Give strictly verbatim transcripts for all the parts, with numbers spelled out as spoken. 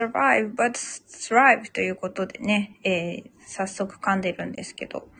survive but thrive ということでね、えー、早速噛んでるんですけど。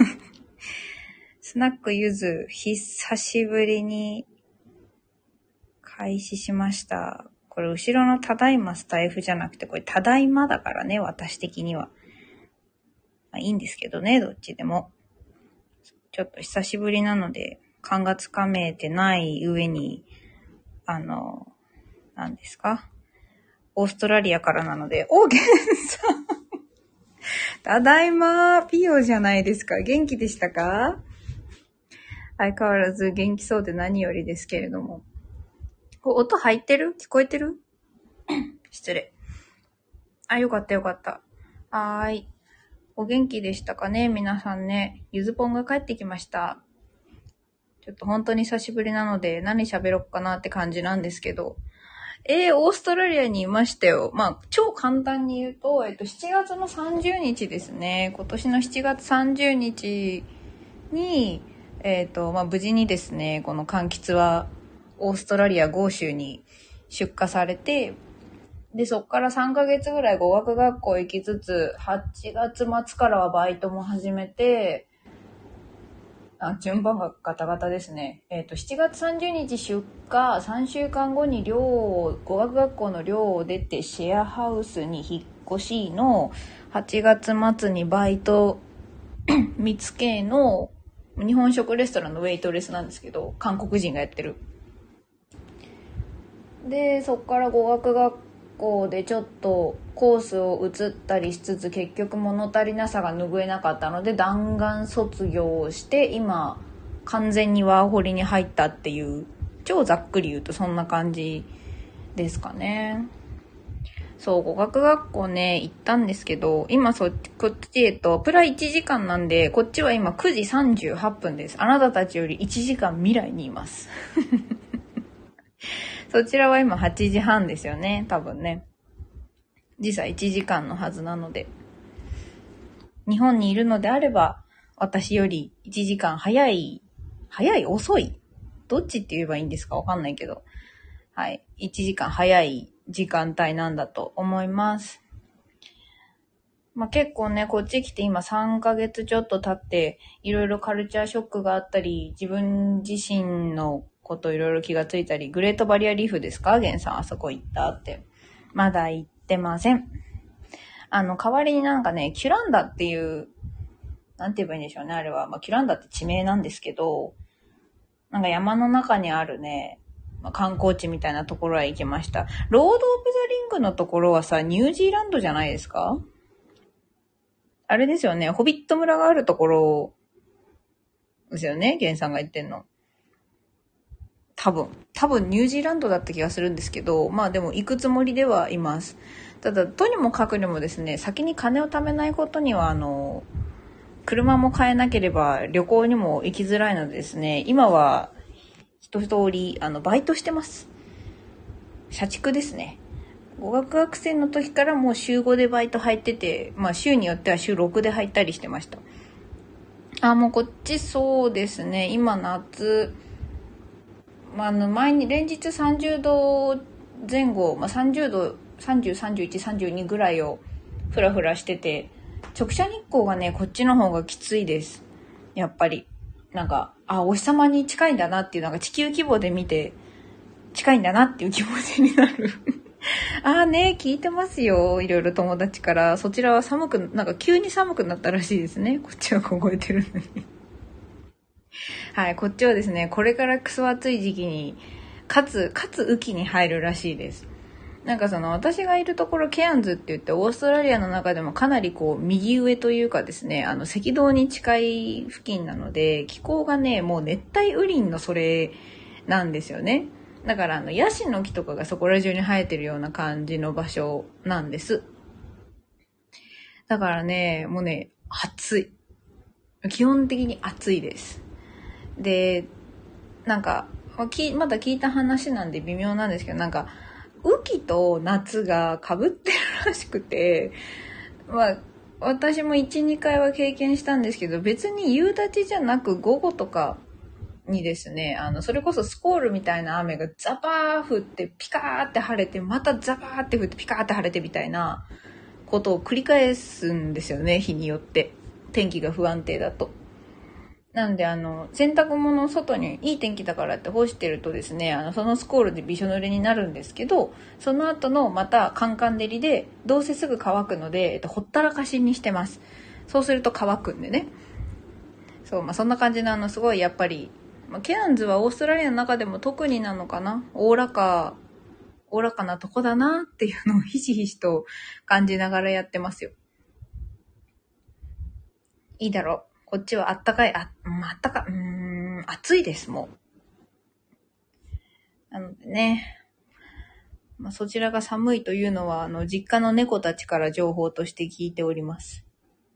スナックゆず、久しぶりに開始しました。これ後ろのただいまスタイフじゃなくて、これただいまだからね、私的には。まあ、いいんですけどね、どっちでも。ちょっと久しぶりなので、勘がつかめてない上に、あの、何ですか？オーストラリアからなので、お、ゲンさんただいまピオじゃないですか。元気でしたか？相変わらず元気そうで何よりですけれども。こう音入ってる？聞こえてる？失礼。あ、よかったよかった。はーい。お元気でしたかね皆さんね。ゆずぽんが帰ってきました。ちょっと本当に久しぶりなので何喋ろっかなって感じなんですけど。えー、オーストラリアにいましたよ。まあ、超簡単に言うと、えっと、しちがつのさんじゅうにちですね。今年のしちがつさんじゅうにちに、えっと、まあ、無事にですね、この柑橘はオーストラリア豪州に出荷されて、で、そっからさんかげつぐらい語学学校行きつつ、はちがつまつからはバイトも始めて、あ、順番がガタガタですね。えっと、しちがつさんじゅうにち出荷、さんしゅうかんごに寮を、語学学校の寮を出てシェアハウスに引っ越しの、はちがつまつにバイト見つけの、日本食レストランのウェイトレスなんですけど、韓国人がやってる。で、そっから語学学校でちょっとコースを移ったりしつつ、結局物足りなさが拭えなかったので弾丸卒業をして、今完全にワーホリに入ったっていう、超ざっくり言うとそんな感じですかね。そう、語学学校ね行ったんですけど、今そこっちえっとプラいちじかんなんで、こっちは今くじさんじゅうはっぷんです。あなたたちよりいちじかん未来にいますそちらは今はちじはんですよね、多分ね。時差いちじかんのはずなので。日本にいるのであれば、私よりいちじかん早い、早い遅いどっちって言えばいいんですかわかんないけど。はい。いちじかん早い時間帯なんだと思います。まあ、結構ね、こっち来て今さんかげつちょっと経って、いろいろカルチャーショックがあったり、自分自身のこといろいろ気がついたり、グレートバリアリーフですか？ゲンさんあそこ行ったって。まだ行ってません。あの、代わりになんかね、キュランダっていう、なんて言えばいいんでしょうね、あれは。まあ、キュランダって地名なんですけど、なんか山の中にあるね、まあ、観光地みたいなところへ行きました。ロード・オブ・ザ・リングのところはさ、ニュージーランドじゃないですか？あれですよね、ホビット村があるところですよね、ゲンさんが言ってんの。多分、多分ニュージーランドだった気がするんですけど、まあでも行くつもりではいます。ただ、とにもかくにもですね、先に金を貯めないことには、あの、車も買えなければ旅行にも行きづらいのでですね、今は一通り、あの、バイトしてます。社畜ですね。語学学生の時からもう週ごでバイト入ってて、まあ週によっては週ろくで入ったりしてました。あ、もうこっちそうですね、今夏、まあ、あの前に連日さんじゅうどぜん後、まあ、さんじゅうど、さんじゅう、さんじゅういち、さんじゅうにぐらいをフラフラしてて、直射日光がね、こっちの方がきついです。やっぱり。なんか、あ、お日様に近いんだなっていう、なんか地球規模で見て、近いんだなっていう気持ちになる。あーね、聞いてますよ。いろいろ友達から。そちらは寒く、なんか急に寒くなったらしいですね。こっちは凍えてるのに。はい、こっちはですね、これからクソ暑い時期に、かつ、かつ雨季に入るらしいです。なんかその私がいるところケアンズって言ってオーストラリアの中でもかなりこう右上というかですね、あの赤道に近い付近なので、気候がね、もう熱帯雨林のそれなんですよね。だからあのヤシの木とかがそこら中に生えてるような感じの場所なんです。だからね、もうね、暑い。基本的に暑いです。で、なんか、まだ聞いた話なんで微妙なんですけど、なんか、雨季と夏が被ってるらしくて、まあ、私もいち、にかいは経験したんですけど、別に夕立じゃなく午後とかにですね、あの、それこそスコールみたいな雨がザバー降ってピカーって晴れて、またザバーって降ってピカーって晴れてみたいなことを繰り返すんですよね、日によって。天気が不安定だと。なんであの、洗濯物を外にいい天気だからって干してるとですね、あの、そのスコールでびしょ濡れになるんですけど、その後のまたカンカン照りで、どうせすぐ乾くので、えっと、ほったらかしにしてます。そうすると乾くんでね。そう、まあそんな感じのあの、すごいやっぱり、まあ、ケアンズはオーストラリアの中でも特になのかな、おおらか、おおらかなとこだなっていうのをひしひしと感じながらやってますよ。いいだろう。こっちはあったかい、あ、うん、あったか、うーん、暑いです、もう。なのでね、まあ、そちらが寒いというのは、あの、実家の猫たちから情報として聞いております。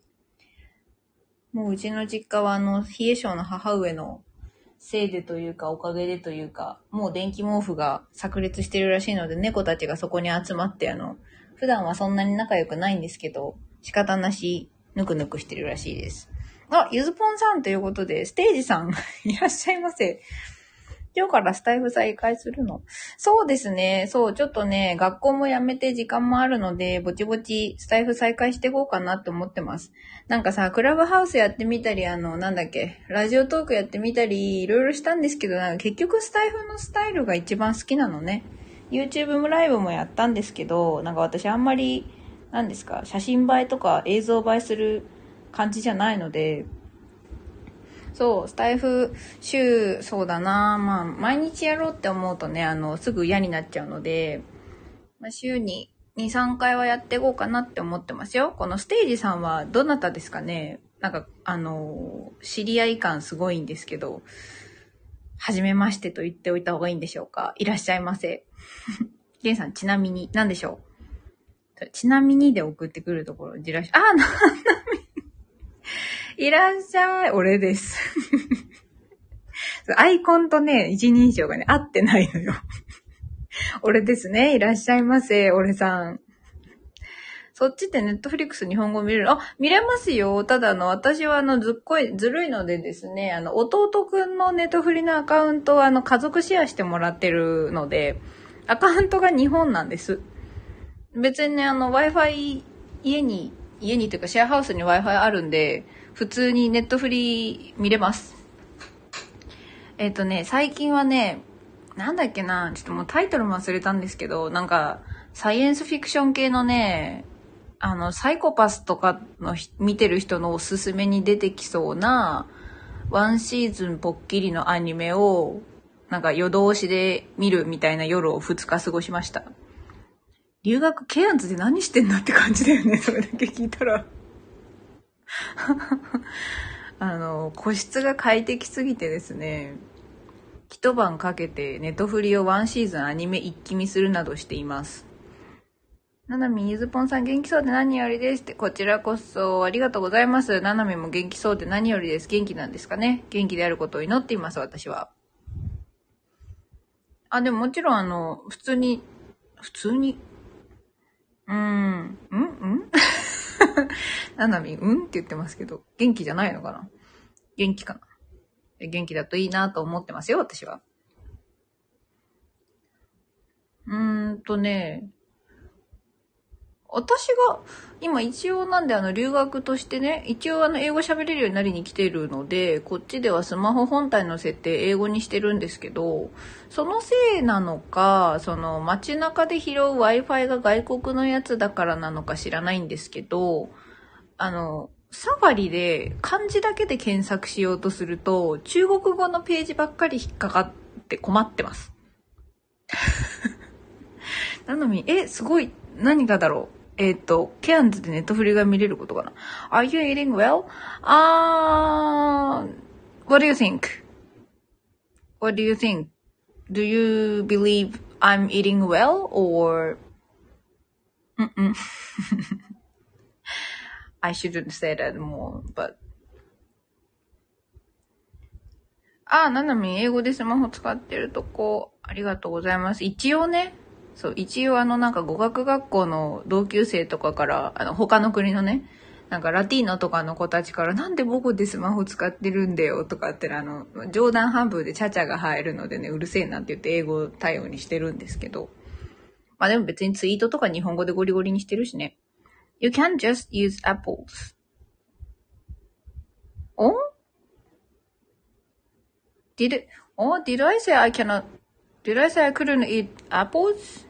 もううちの実家は、あの、冷え性の母上のせいでというか、おかげでというか、もう電気毛布が炸裂してるらしいので、猫たちがそこに集まって、あの、普段はそんなに仲良くないんですけど、仕方なし、ぬくぬくしてるらしいです。あ、ゆずぽんさんということで、ステージさんいらっしゃいませ。今日からスタイフ再開するの？そうですね。そう、ちょっとね、学校も辞めて時間もあるので、ぼちぼちスタイフ再開していこうかなって思ってます。なんかさ、クラブハウスやってみたり、あの、なんだっけ、ラジオトークやってみたり、いろいろしたんですけど、なんか結局スタイフのスタイルが一番好きなのね。YouTube もライブもやったんですけど、なんか私あんまり、なんですか、写真映えとか映像映えする感じじゃないので、そう、スタイフ週、そうだな、まあ、毎日やろうって思うとね、あの、すぐ嫌になっちゃうので、まあ、週にに、さんかいはやっていこうかなって思ってますよ。このステージさんはどなたですかね？なんか、あの、知り合い感すごいんですけど、はじめましてと言っておいた方がいいんでしょうか？いらっしゃいませ。ゲンさん、ちなみに、何でしょう？ちなみにで送ってくるところ、じらし、あ、な、なみ、いらっしゃい。俺です。アイコンとね、一人称がね、合ってないのよ。俺ですね。いらっしゃいませ。俺さん。そっちってネットフリックス日本語見れる？あ、見れますよ。ただあの、私はあの、ずっこい、ずるいのでですね、あの、弟くんのネットフリのアカウントはあの、家族シェアしてもらってるので、アカウントが日本なんです。別にね、あの、Wi-Fi、家に、家にというかシェアハウスに Wi-Fi あるんで、普通にネットフリ見れます。えっとね、最近はね、なんだっけな、ちょっともうタイトルも忘れたんですけど、なんか、サイエンスフィクション系のね、あの、サイコパスとかの見てる人のおすすめに出てきそうな、ワンシーズンぽっきりのアニメを、なんか夜通しで見るみたいな夜をふつか過ごしました。留学ケアンズで何してんだって感じだよね、それだけ聞いたら。あの、個室が快適すぎてですね、一晩かけてネトフリをワンシーズンアニメ一気見するなどしています。ななみ、ゆずぽんさん元気そうで何よりですって、こちらこそありがとうございます。ななみも元気そうで何よりです。元気なんですかね。元気であることを祈っています、私は。あ、でももちろんあの、普通に、普通に、うーん、んんななみ、うんって言ってますけど、元気じゃないのかな？元気かな？元気だといいなと思ってますよ、私は。うーんとね、私が、今一応なんであの留学としてね、一応あの英語喋れるようになりに来てるので、こっちではスマホ本体の設定英語にしてるんですけど、そのせいなのか、その街中で拾う Wi-Fi が外国のやつだからなのか知らないんですけど、あの、サファリで漢字だけで検索しようとすると、中国語のページばっかり引っかかって困ってます。なのに、え、すごい、何がだろう。えっと、ケアンズでネットフリが見れることかな。Are you eating well? あー、what do you think? What do you think? Do you believe I'm eating well or? うんうん。I shouldn't say that more, but. あー、ななみん英語でスマホ使ってるとこ、ありがとうございます。一応ね、そう、一応あのなんか語学学校の同級生とかから、あの他の国のね、 なんかラティーノとかの子たちからなんで母語でスマホ使ってるんだよとかってあの、冗談半分でチャチャが入るのでね、うるせえなって言って英語対応にしてるんですけど。まあでも別にツイートとか日本語でゴリゴリにしてるしね。You can't just use apples. お Did, oh, did I say I cannot, did I say I couldn't eat apples?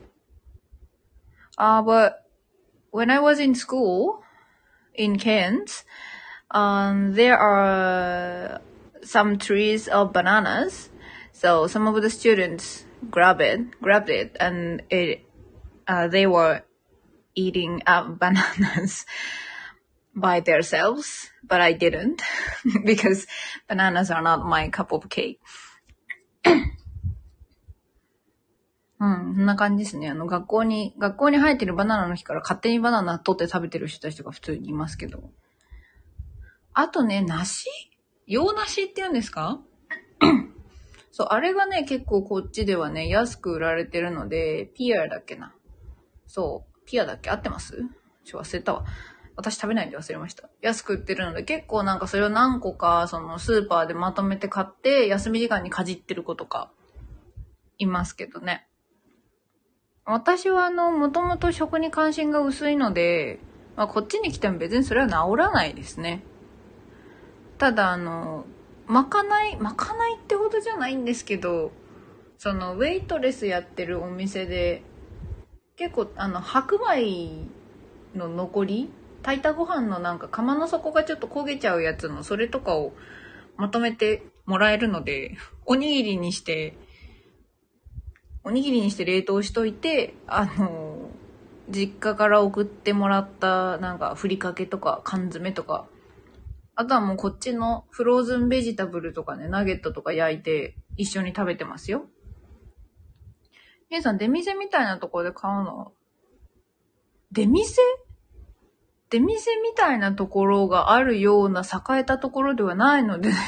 Uh, but when I was in school in Kent, um, there are some trees of bananas. So some of the students grabbed it, grabbed it, and it, uh, they were eating uh, bananas by themselves, but I didn't because bananas are not my cup of cake. うん、そんな感じですね。あの、学校に、学校に生えてるバナナの木から勝手にバナナ取って食べてる人たちとか普通にいますけど。あとね、梨？洋梨って言うんですか？そう、あれがね、結構こっちではね、安く売られてるので、ピアだっけな。そう、ピアだっけ？合ってます？ちょ、忘れたわ。私食べないんで忘れました。安く売ってるので、結構なんかそれを何個か、そのスーパーでまとめて買って、休み時間にかじってる子とか、いますけどね。私はあの、もともと食に関心が薄いので、まあこっちに来ても別にそれは治らないですね。ただあの、まかない、まかないってほどじゃないんですけど、そのウェイトレスやってるお店で、結構あの、白米の残り、炊いたご飯のなんか釜の底がちょっと焦げちゃうやつのそれとかをまとめてもらえるので、おにぎりにして、おにぎりにして冷凍しといて、あの、実家から送ってもらったなんかふりかけとか缶詰とか、あとはもうこっちのフローズンベジタブルとかね、ナゲットとか焼いて一緒に食べてますよ。皆さん出店みたいなところで買うの？出店？出店みたいなところがあるような栄えたところではないので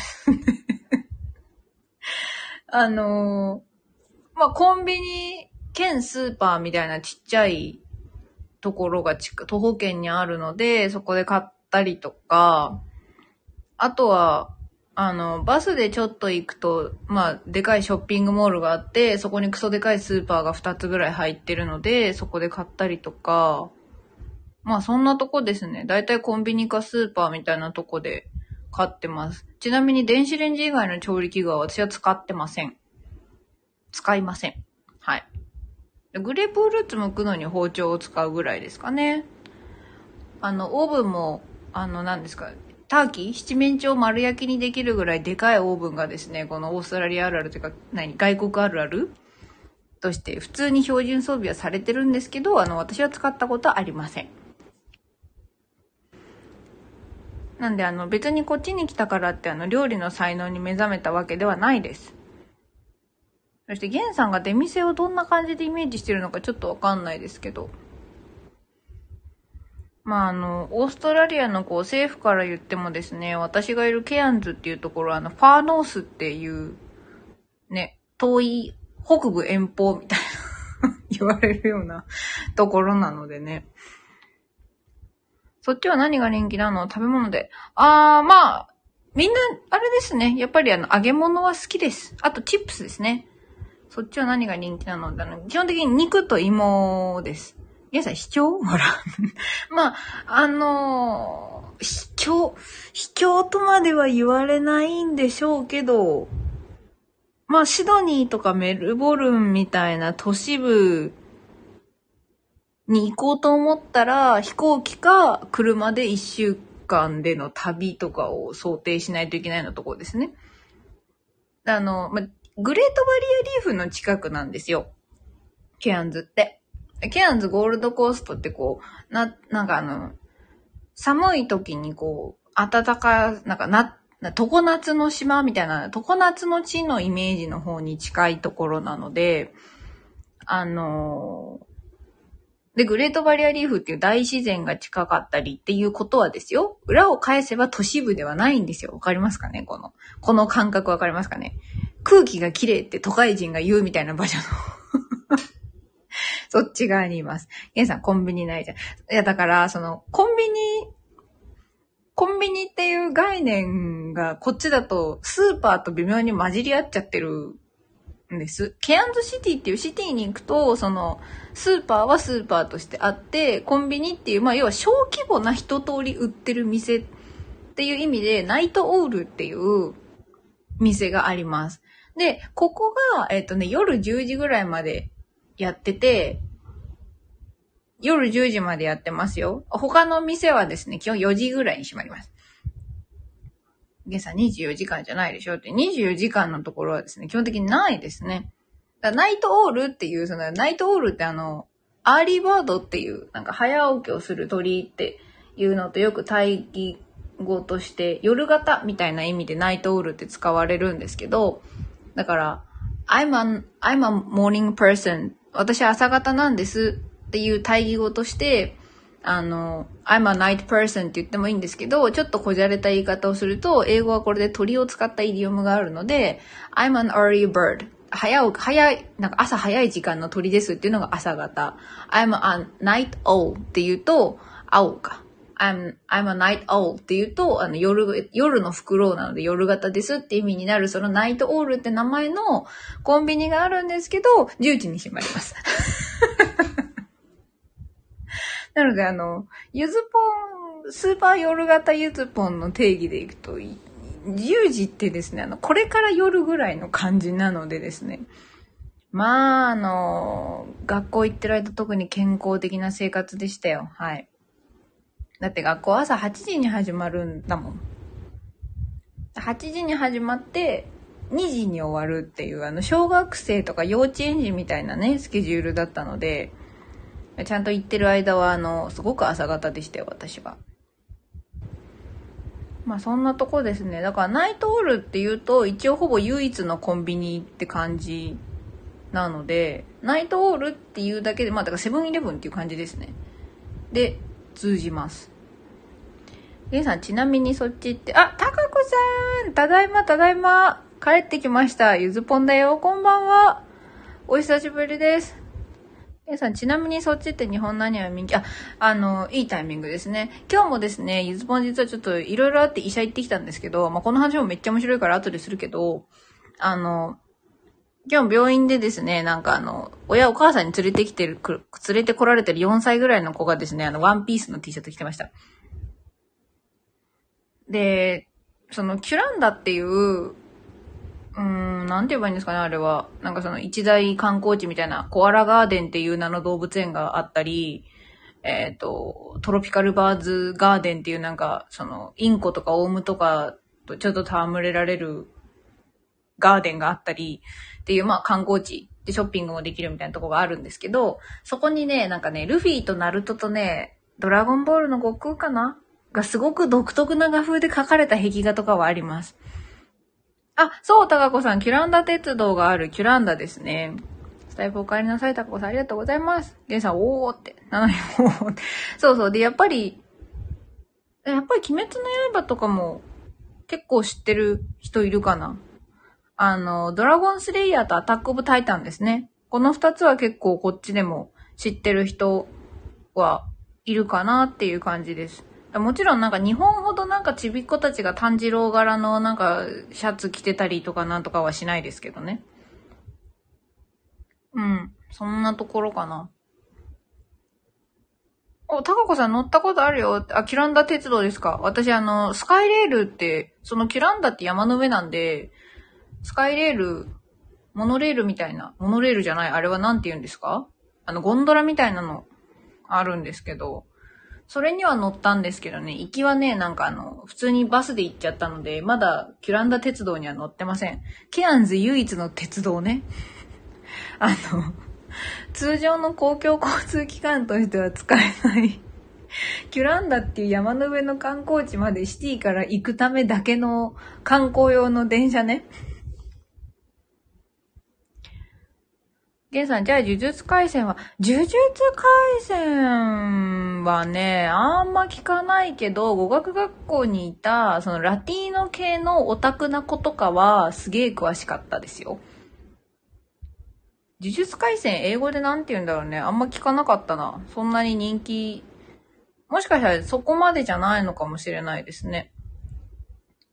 あのー、まあ、コンビニ兼スーパーみたいなちっちゃいところが徒歩圏にあるので、そこで買ったりとか、あとは、あの、バスでちょっと行くと、まあ、でかいショッピングモールがあって、そこにクソでかいスーパーがふたつぐらい入ってるので、そこで買ったりとか、まあそんなとこですね。だいたいコンビニかスーパーみたいなとこで買ってます。ちなみに電子レンジ以外の調理器具は私は使ってません。使いません。はい。グレープフルーツ剥くのに包丁を使うぐらいですかね。あの、オーブンも、あの、何ですか、ターキー七面鳥丸焼きにできるぐらいでかいオーブンがですね、このオーストラリアあるあるというか、何、外国あるあるとして普通に標準装備はされてるんですけど、あの、私は使ったことはありません。なんであの別にこっちに来たからってあの料理の才能に目覚めたわけではないです。そしてゲンさんが出店をどんな感じでイメージしてるのかちょっとわかんないですけど。まああの、オーストラリアのこう政府から言ってもですね、私がいるケアンズっていうところはあのファーノースっていうね、遠い北部遠方みたいな言われるようなところなのでね。そっちは何が人気なの？食べ物で。あー、まあ、みんな、あれですね。やっぱりあの、揚げ物は好きです。あと、チップスですね。そっちは何が人気なの？基本的に肉と芋です。皆さん、卑怯？ほら。まあ、あのー、卑怯、卑怯とまでは言われないんでしょうけど、まあ、シドニーとかメルボルンみたいな都市部、に行こうと思ったら飛行機か車でいっしゅうかんでの旅とかを想定しないといけないようなところですね。あの、ま、グレートバリアリーフの近くなんですよ。ケアンズって。ケアンズゴールドコーストってこう、な、なんかあの、寒い時にこう、暖か、なんかな、常夏の島みたいな、常夏の地のイメージの方に近いところなので、あの、で、グレートバリアリーフっていう大自然が近かったりっていうことはですよ。裏を返せば都市部ではないんですよ。わかりますかね？この、この感覚わかりますかね？空気がきれいって都会人が言うみたいな場所の。そっち側にいます。ゲンさんコンビニないじゃん。いや、だから、その、コンビニンビニっていう概念がこっちだとスーパーと微妙に混じり合っちゃってるんです。ケアンズシティっていうシティに行くと、そのスーパーはスーパーとしてあって、コンビニっていう、まあ要は小規模な一通り売ってる店っていう意味で、ナイトオールっていう店があります。で、ここが、えっとね、夜じゅうじぐらいまでやってて、夜じゅうじまでやってますよ。他の店はですね、基本よじぐらいに閉まります。ゲさんにじゅうよじかんじゃないでしょって、にじゅうよじかんのところはですね、基本的にないですね。だナイトオールっていう、その、ナイトオールってあの、アーリーバードっていう、なんか早起きをする鳥っていうのとよく対義語として、夜型みたいな意味でナイトオールって使われるんですけど、だから、I'm a, I'm a morning person. 私は朝型なんですっていう対義語として、あの、I'm a night person って言ってもいいんですけど、ちょっとこじゃれた言い方をすると、英語はこれで鳥を使ったイディオムがあるので、I'm an early bird. 早起き、早い、なんか朝早い時間の鳥ですっていうのが朝型。I'm a night owl って言うと、青か。I'm, I'm a night owl って言うと、あの夜、夜のフクロウなので夜型ですって意味になる、そのナイトオールって名前のコンビニがあるんですけど、じゅうじに閉まります。なので、あの、ゆずぽん、スーパー夜型ゆずぽんの定義でいくと、じゅうじってですね、あの、これから夜ぐらいの感じなのでですね、まあ、あの、学校行ってる間特に健康的な生活でしたよ。はい。だって学校朝はちじに始まるんだもん。はちじに始まって、にじに終わるっていう、あの、小学生とか幼稚園児みたいなね、スケジュールだったので、ちゃんと行ってる間は、あの、すごく朝方でしたよ、私は。まあそんなとこですね。だからナイトオールって言うと、一応ほぼ唯一のコンビニって感じなので、ナイトオールっていうだけで、まあだからセブンイレブンっていう感じですね。で、通じます。ゲンさん、ちなみにそっちって、あ、タカコさんただいまただいま帰ってきました。ゆずぽんだよ。こんばんは。お久しぶりです。ゲンさん、ちなみにそっちって日本のアニメは人気、あ、あの、いいタイミングですね。今日もですね、ゆずぽん実はちょっといろいろあって医者行ってきたんですけど、まあ、この話もめっちゃ面白いから後でするけど、あの、今日病院でですね、なんかあの、親お母さんに連れてきてる、連れて来られてるよんさいぐらいの子がですね、あの、ワンピースの T シャツ着てました。で、その、キュランダっていう、うーん、なんて言えばいいんですかね、あれは。なんかその一大観光地みたいな、コアラガーデンっていう名の動物園があったり、えっと、トロピカルバーズガーデンっていうなんか、その、インコとかオウムとかとちょっと戯れられるガーデンがあったりっていう、まあ観光地でショッピングもできるみたいなとこがあるんですけど、そこにね、なんかね、ルフィとナルトとね、ドラゴンボールの悟空かながすごく独特な画風で描かれた壁画とかはあります。あ、そう、たかこさん、キュランダ鉄道があるキュランダですね。スタイフお帰りなさい、たかこさん、ありがとうございます。ゲンさん、おーって。なのに、おーって。そうそう。で、やっぱり、やっぱり鬼滅の刃とかも結構知ってる人いるかな。あの、ドラゴンスレイヤーとアタックオブタイタンですね。この二つは結構こっちでも知ってる人はいるかなっていう感じです。もちろんなんか日本ほどなんかちびっ子たちが炭治郎柄のなんかシャツ着てたりとかなんとかはしないですけどね。うん。そんなところかな。お、タカコさん乗ったことあるよ。あ、キュランダ鉄道ですか。私あの、スカイレールって、そのキュランダって山の上なんで、スカイレール、モノレールみたいな、モノレールじゃない、あれはなんて言うんですか？あの、ゴンドラみたいなのあるんですけど、それには乗ったんですけどね、行きはね、なんかあの、普通にバスで行っちゃったので、まだキュランダ鉄道には乗ってません。ケアンズ唯一の鉄道ね。あの、通常の公共交通機関としては使えない。キュランダっていう山の上の観光地までシティから行くためだけの観光用の電車ね。ゲンさん、じゃあ呪術廻戦は、呪術廻戦はね、あんま聞かないけど、語学学校にいた、そのラティーノ系のオタクな子とかは、すげえ詳しかったですよ。呪術廻戦英語でなんて言うんだろうね。あんま聞かなかったな。そんなに人気、もしかしたらそこまでじゃないのかもしれないですね。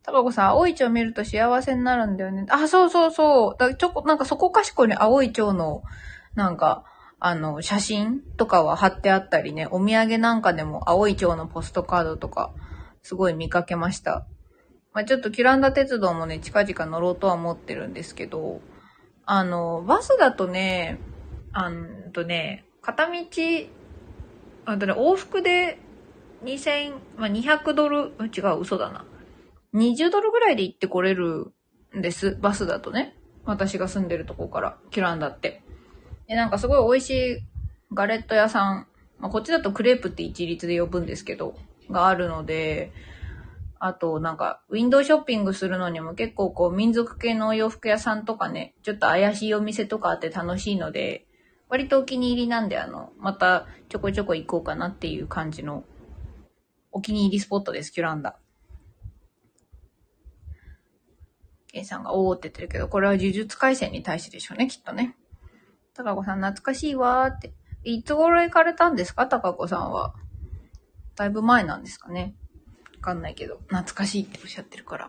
たかこさん、青い蝶見ると幸せになるんだよね。あ、そうそうそう。だちょこ、なんかそこかしこに青い蝶の、なんか、あの、写真とかは貼ってあったりね、お土産なんかでも青い蝶のポストカードとか、すごい見かけました。まあ、ちょっとキュランダ鉄道もね、近々乗ろうとは思ってるんですけど、あの、バスだとね、あのとね、片道、あとね、往復でにせん、まあ、にひゃくドル、違う、嘘だな。にじゅうドルぐらいで行ってこれるんです。バスだとね。私が住んでるとこから、キュランダって。で、なんかすごい美味しいガレット屋さん、まあ、こっちだとクレープって一律で呼ぶんですけど、があるので、あとなんかウィンドウショッピングするのにも結構こう民族系のお洋服屋さんとかね、ちょっと怪しいお店とかあって楽しいので、割とお気に入りなんで、あの、またちょこちょこ行こうかなっていう感じのお気に入りスポットです、キュランダ。ケイさんがおーって言ってるけど、これは呪術廻戦に対してでしょうね、きっとね。たかこさん懐かしいわーって。いつ頃行かれたんですか、たかこさんは。だいぶ前なんですかね。わかんないけど、懐かしいっておっしゃってるから。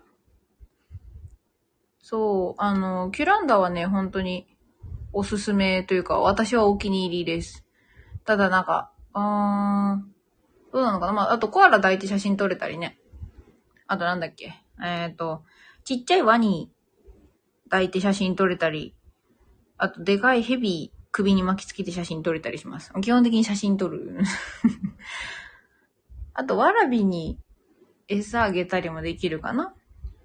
そう、あの、キュランダはね、本当におすすめというか、私はお気に入りです。ただなんか、うーん、どうなのかな、まあ、あとコアラ抱いて写真撮れたりね。あとなんだっけ。えっと、ちっちゃいワニ抱いて写真撮れたり、あとでかいヘビ首に巻きつけて写真撮れたりします。基本的に写真撮る。あと、ワラビに餌あげたりもできるかな。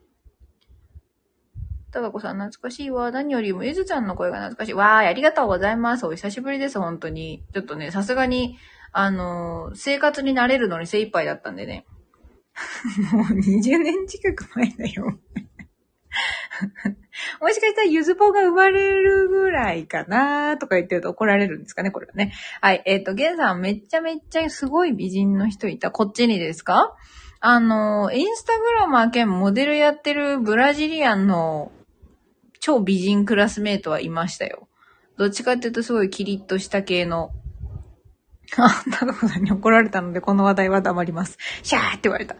たかこさん懐かしいわ。何よりもゆずちゃんの声が懐かしい。わーい、ありがとうございます。お久しぶりです、本当に。ちょっとね、さすがに、あのー、生活に慣れるのに精一杯だったんでね。もうにじゅうねん近く前だよ。もしかしたらゆずぽが生まれるぐらいかなとか言ってると怒られるんですかね、これはね。はい、えっと、ゲンさんめっちゃめっちゃすごい美人の人いた。こっちにですか？あの、インスタグラマー兼モデルやってるブラジリアンの超美人クラスメートはいましたよ。どっちかっていうとすごいキリッとした系の。あ、たかこさんに怒られたのでこの話題は黙ります。シャーって言われた。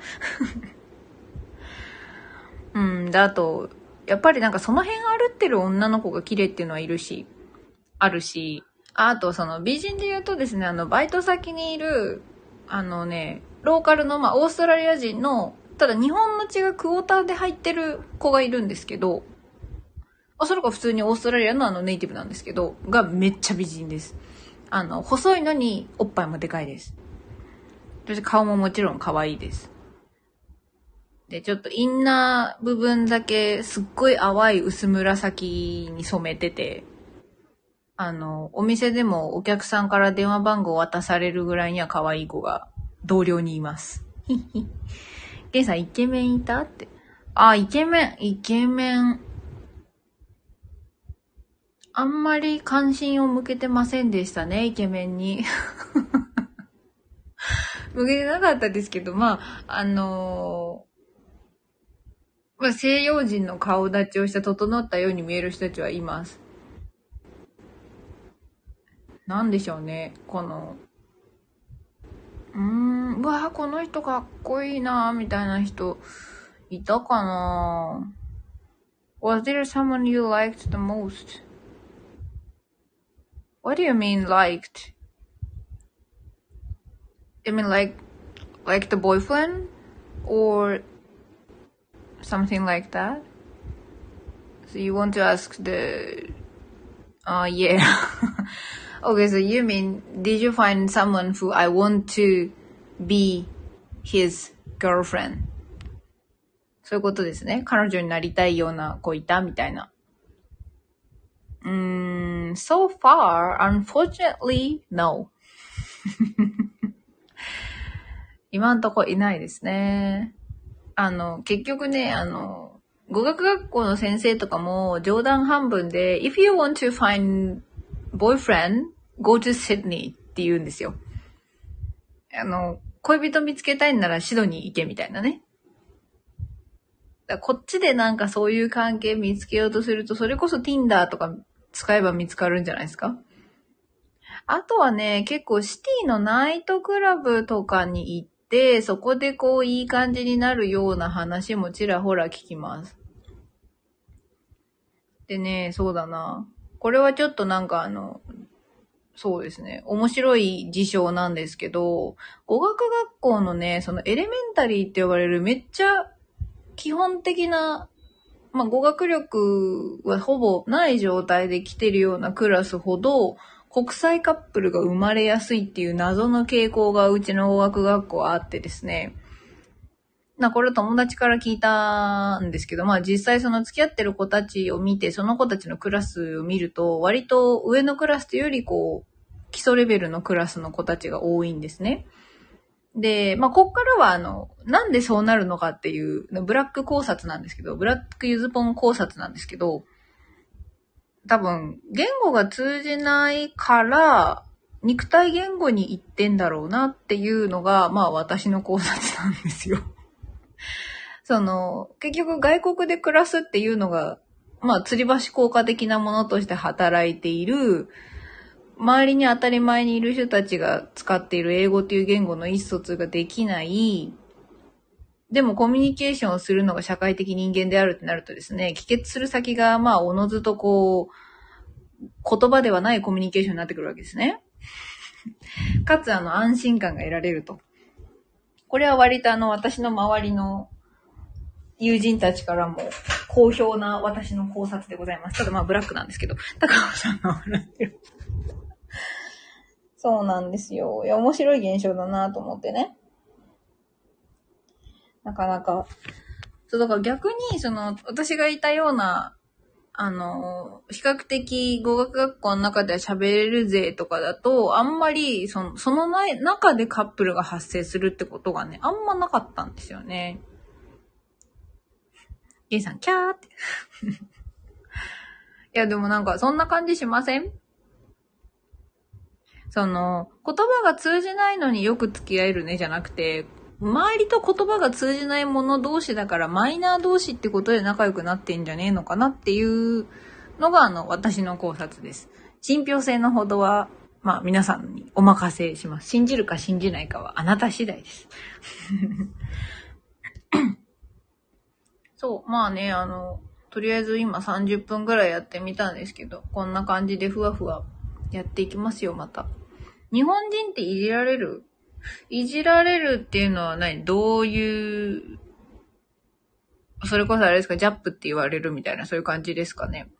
うん、で、あと、やっぱりなんかその辺歩ってる女の子が綺麗っていうのはいるし、あるし、あとその美人で言うとですね、あの、バイト先にいる、あのね、ローカルの、まあ、オーストラリア人の、ただ日本の血がクォーターで入ってる子がいるんですけど、あ、その子は普通にオーストラリアのあのネイティブなんですけど、がめっちゃ美人です。あの、細いのにおっぱいもでかいです。そして顔ももちろん可愛いです。で、ちょっとインナー部分だけすっごい淡い薄紫に染めてて、あの、お店でもお客さんから電話番号を渡されるぐらいには可愛い子が同僚にいます。ゲンさんイケメンいたって。あ、イケメン、イケメン。あんまり関心を向けてませんでしたね、イケメンに。向けてなかったですけど、まあ、あのー、まあ、西洋人の顔立ちをした整ったように見える人たちはいます。なんでしょうね、この、うーん、うわぁ、この人かっこいいなぁ、みたいな人、いたかなぁ。Was there someone you liked the most? What do you mean liked? I mean like, like the boyfriend? Or something like that? So you want to ask the, uh, yeah. Okay, so you mean, did you find someone who I want to be his girlfriend? そういうことですね。彼女になりたいような子いたみたいな。うーん、so far, unfortunately, no. 今んとこいないですね。あの、結局ね、あの、語学学校の先生とかも冗談半分で、if you want to find boyfriend, go to Sydney って言うんですよ。あの、恋人見つけたいんならシドニー行けみたいなね。だこっちでなんかそういう関係見つけようとすると、それこそ Tinder とか使えば見つかるんじゃないですか。あとはね、結構シティのナイトクラブとかに行って、そこでこういい感じになるような話もちらほら聞きます。でね、そうだな。これはちょっとなんかあの、そうですね。面白い事象なんですけど、語学学校のね、そのエレメンタリーって呼ばれるめっちゃ基本的な、まあ、語学力はほぼない状態で来てるようなクラスほど、国際カップルが生まれやすいっていう謎の傾向がうちの語学学校はあってですね。な、これ友達から聞いたんですけど、まあ実際その付き合ってる子たちを見て、その子たちのクラスを見ると、割と上のクラスというよりこう、基礎レベルのクラスの子たちが多いんですね。で、まあこっからはあの、なんでそうなるのかっていう、ブラック考察なんですけど、ブラックユズポン考察なんですけど、多分、言語が通じないから、肉体言語に行ってんだろうなっていうのが、まあ私の考察なんですよ。その、結局外国で暮らすっていうのが、まあ、吊り橋効果的なものとして働いている、周りに当たり前にいる人たちが使っている英語という言語の意思疎通ができない、でもコミュニケーションをするのが社会的人間であるってなるとですね、帰結する先が、まあ、おのずとこう、言葉ではないコミュニケーションになってくるわけですね。かつ、あの、安心感が得られると。これは割とあの、私の周りの友人たちからも好評な私の考察でございます。ただまあブラックなんですけど、高尾さんが笑ってる。そうなんですよ。いや、面白い現象だなと思ってね。なかなか。そう、だから逆に、その、私がいたような、あの、比較的語学学校の中では喋れるぜとかだと、あんまり、その、その中でカップルが発生するってことがね、あんまなかったんですよね。ゲイさん、キャーって。いや、でもなんか、そんな感じしません？その、言葉が通じないのによく付き合えるねじゃなくて、周りと言葉が通じない者同士だからマイナー同士ってことで仲良くなってんじゃねえのかなっていうのがあの私の考察です。信憑性のほどはまあ皆さんにお任せします。信じるか信じないかはあなた次第です。そう、まあね、あの、とりあえず今さんじゅっぷんぐらいやってみたんですけど、こんな感じでふわふわやっていきますよ、また。日本人っていじられる？いじられるっていうのは何？どういう、それこそあれですか、ジャップって言われるみたいな、そういう感じですかね。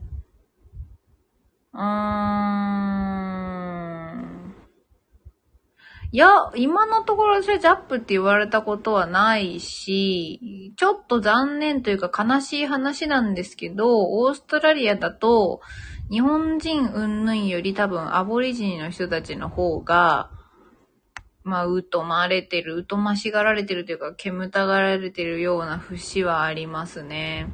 うーん。いや、今のところ私ジャップって言われたことはないし、ちょっと残念というか悲しい話なんですけど、オーストラリアだと、日本人云々より多分アボリジニの人たちの方が、まあ、疎まれてる、疎ましがられてるというか、煙たがられてるような節はありますね。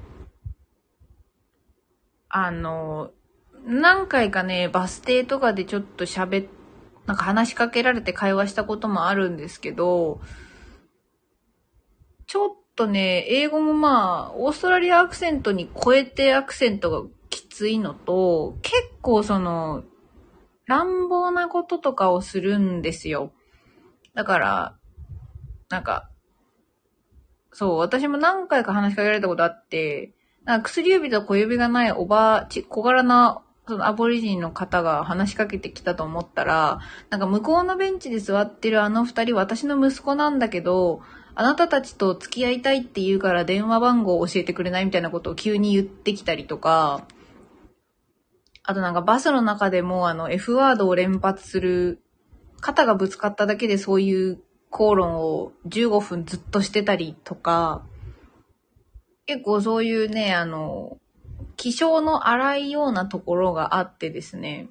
あの、何回かね、バス停とかでちょっと喋っ、なんか話しかけられて会話したこともあるんですけど、ちょっとね、英語もまあ、オーストラリアアクセントに超えてアクセントがきついのと、結構その、乱暴なこととかをするんですよ。だから、なんか、そう、私も何回か話しかけられたことあって、なんか薬指と小指がないおばあ、ち、小柄な、そのアボリジニの方が話しかけてきたと思ったら、なんか向こうのベンチで座ってるあの二人、私の息子なんだけど、あなたたちと付き合いたいって言うから電話番号を教えてくれないみたいなことを急に言ってきたりとか、あとなんかバスの中でもあの F ワードを連発する、肩がぶつかっただけでそういう口論をじゅうごふんずっとしてたりとか、結構そういうね、あの、気性の荒いようなところがあってですね。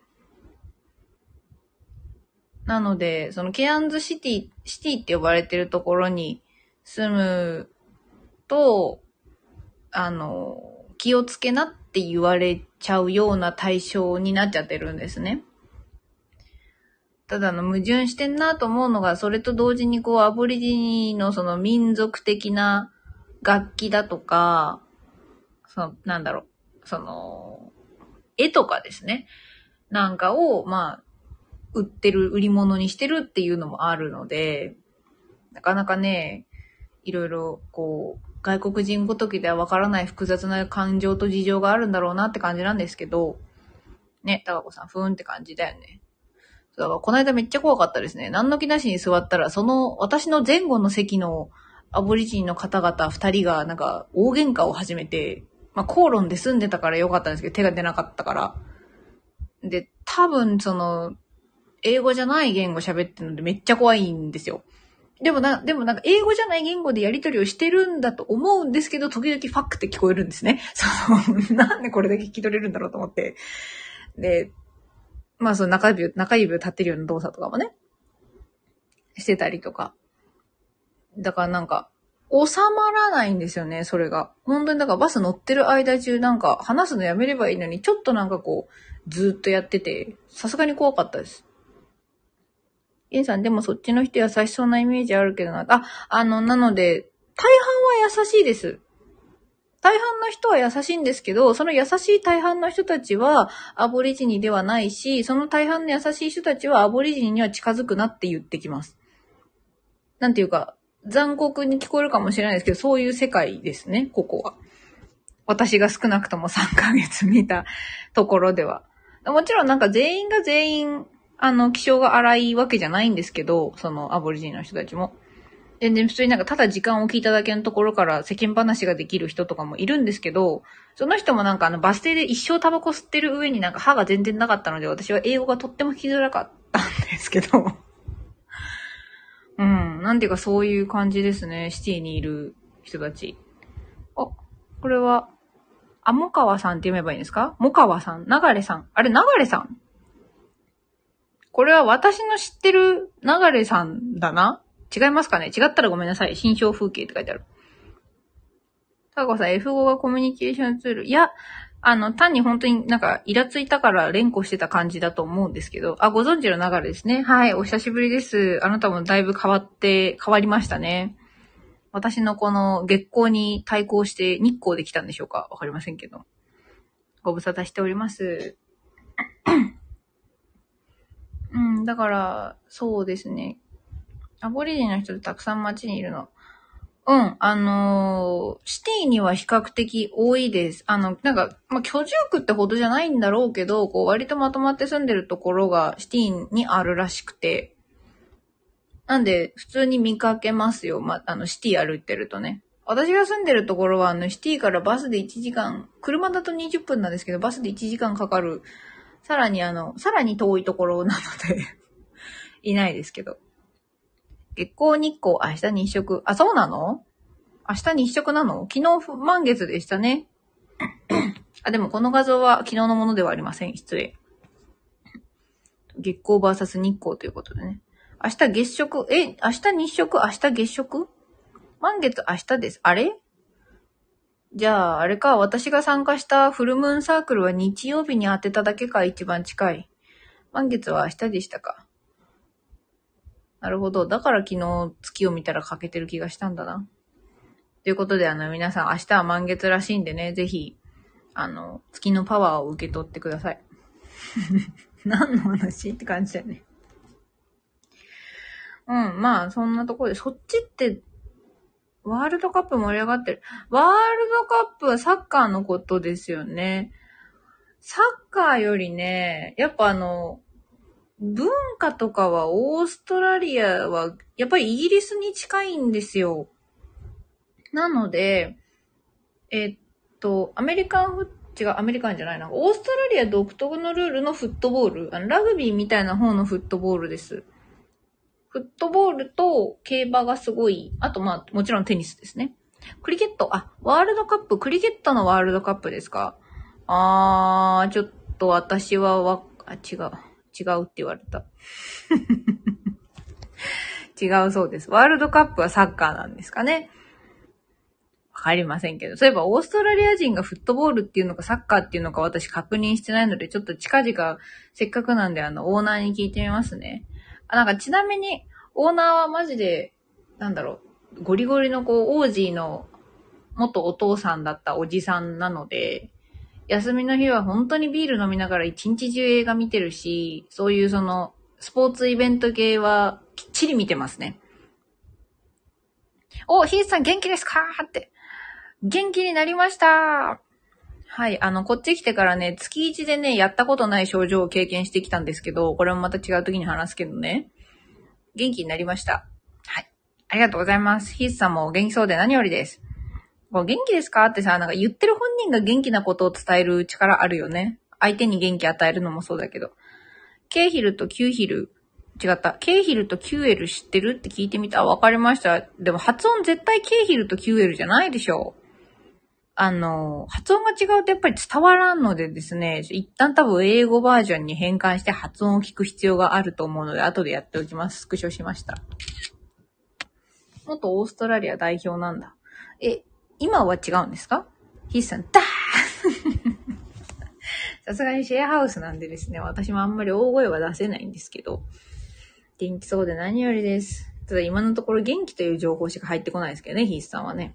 なので、そのケアンズシティ、シティって呼ばれてるところに住むと、あの、気をつけなって言われちゃうような対象になっちゃってるんですね。ただの矛盾してんなと思うのが、それと同時にこう、アボリジニのその民族的な楽器だとか、その、なんだろう、その、絵とかですね。なんかを、まあ、売ってる、売り物にしてるっていうのもあるので、 なかなかね、いろいろこう、外国人ごときではわからない複雑な感情と事情があるんだろうなって感じなんですけど、ね、高子さん、ふーんって感じだよね。だからこの間めっちゃ怖かったですね。何の気なしに座ったら、その、私の前後の席のアボリジニの方々二人がなんか大喧嘩を始めて、まあ口論で済んでたからよかったんですけど、手が出なかったから。で、多分その、英語じゃない言語喋ってるのでめっちゃ怖いんですよ。でもな、でもなんか英語じゃない言語でやり取りをしてるんだと思うんですけど、時々ファックって聞こえるんですね。その、なんでこれだけ聞き取れるんだろうと思って。で、まあその中指を、中指を立てるような動作とかもね、してたりとか。だからなんか、収まらないんですよね、それが。本当にだからバス乗ってる間中なんか話すのやめればいいのに、ちょっとなんかこう、ずーっとやってて、さすがに怖かったです。インさん、でもそっちの人優しそうなイメージあるけどな。あ、あの、なので、大半は優しいです。大半の人は優しいんですけど、その優しい大半の人たちはアボリジニではないし、その大半の優しい人たちはアボリジニには近づくなって言ってきます。なんていうか、残酷に聞こえるかもしれないですけど、そういう世界ですね、ここは。私が少なくともさんかげつ見たところでは。もちろんなんか全員が全員、あの、気性が荒いわけじゃないんですけど、そのアボリジニの人たちも。全然普通になんかただ時間を聞いただけのところから世間話ができる人とかもいるんですけど、その人もなんかあのバス停で一生タバコ吸ってる上になんか歯が全然なかったので、私は英語がとっても聞きづらかったんですけど。うん。なんていうかそういう感じですね。シティにいる人たち。あ、これは、あ、もかわさんって読めばいいんですか？もかわさん、ながれさん。あれ、ながれさん？これは私の知ってるながれさんだな？違いますかね？違ったらごめんなさい。新象風景って書いてある。たかこさん、エフご がコミュニケーションツール。いや、あの、単に本当になんか、イラついたから連呼してた感じだと思うんですけど、あ、ご存知の流れですね。はい、お久しぶりです。あなたもだいぶ変わって、変わりましたね。私のこの月光に対抗して日光できたんでしょうか？わかりませんけど。ご無沙汰しております。うん、だから、そうですね。アボリジンの人ってたくさん街にいるの。うん、あのー、シティには比較的多いです。あの、なんか、まあ、居住区ってほどじゃないんだろうけど、こう、割とまとまって住んでるところがシティにあるらしくて。なんで、普通に見かけますよ。ま、あの、シティ歩いてるとね。私が住んでるところは、あの、シティからバスでいちじかん、車だとにじゅっぷんなんですけど、バスでいちじかんかかる、さらにあの、さらに遠いところなので、いないですけど。月光日光、明日日食。あ、そうなの？明日日食なの？昨日満月でしたね。あ、でもこの画像は昨日のものではありません。失礼。月光 ブイエス 日光ということでね。明日月食、え、明日日食、明日月食？満月明日です。あれ？じゃあ、あれか、私が参加したフルムーンサークルは日曜日に当てただけか、一番近い。満月は明日でしたか。なるほど。だから昨日月を見たら欠けてる気がしたんだな。ということで、あの、皆さん明日は満月らしいんでね、ぜひ、あの、月のパワーを受け取ってください。何の話って感じだよね。うん、まあ、そんなところで、そっちって、ワールドカップ盛り上がってる。ワールドカップはサッカーのことですよね。サッカーよりね、やっぱあの、文化とかはオーストラリアは、やっぱりイギリスに近いんですよ。なので、えっと、アメリカンフ違う、アメリカンじゃないな。オーストラリア独特のルールのフットボール。あのラグビーみたいな方のフットボールです。フットボールと競馬がすごい。あと、まあ、もちろんテニスですね。クリケット。あ、ワールドカップ。クリケットのワールドカップですか？あー、ちょっと私はわ、あ、違う。違うって言われた。違うそうです。ワールドカップはサッカーなんですかね。わかりませんけど。そういえばオーストラリア人がフットボールっていうのかサッカーっていうのか私確認してないので、ちょっと近々せっかくなんであのオーナーに聞いてみますね。あ、なんかちなみにオーナーはマジで、なんだろう、ゴリゴリのこう、オージーの元お父さんだったおじさんなので、休みの日は本当にビール飲みながら一日中映画見てるし、そういうその、スポーツイベント系はきっちり見てますね。 お、ヒースさん元気ですかーって。元気になりました。はい、あの、こっち来てからね、月一でね、やったことない症状を経験してきたんですけど、これもまた違う時に話すけどね。元気になりました。はい。ありがとうございます。ヒースさんも元気そうで何よりです。元気ですかってさ、なんか言ってる本人が元気なことを伝える力あるよね。相手に元気与えるのもそうだけど。ケーヒルとキューヒル、違った。ケーヒルとキューエル知ってるって聞いてみた。わかりました。でも発音絶対ケーヒルとキューエルじゃないでしょ。あの、発音が違うとやっぱり伝わらんのでですね、一旦多分英語バージョンに変換して発音を聞く必要があると思うので、後でやっておきます。スクショしました。元オーストラリア代表なんだ。え、今は違うんですか？ヒースさん、ダーさすがにシェアハウスなんでですね、私もあんまり大声は出せないんですけど、元気そうで何よりです。ただ今のところ元気という情報しか入ってこないですけどね、ヒースさんはね。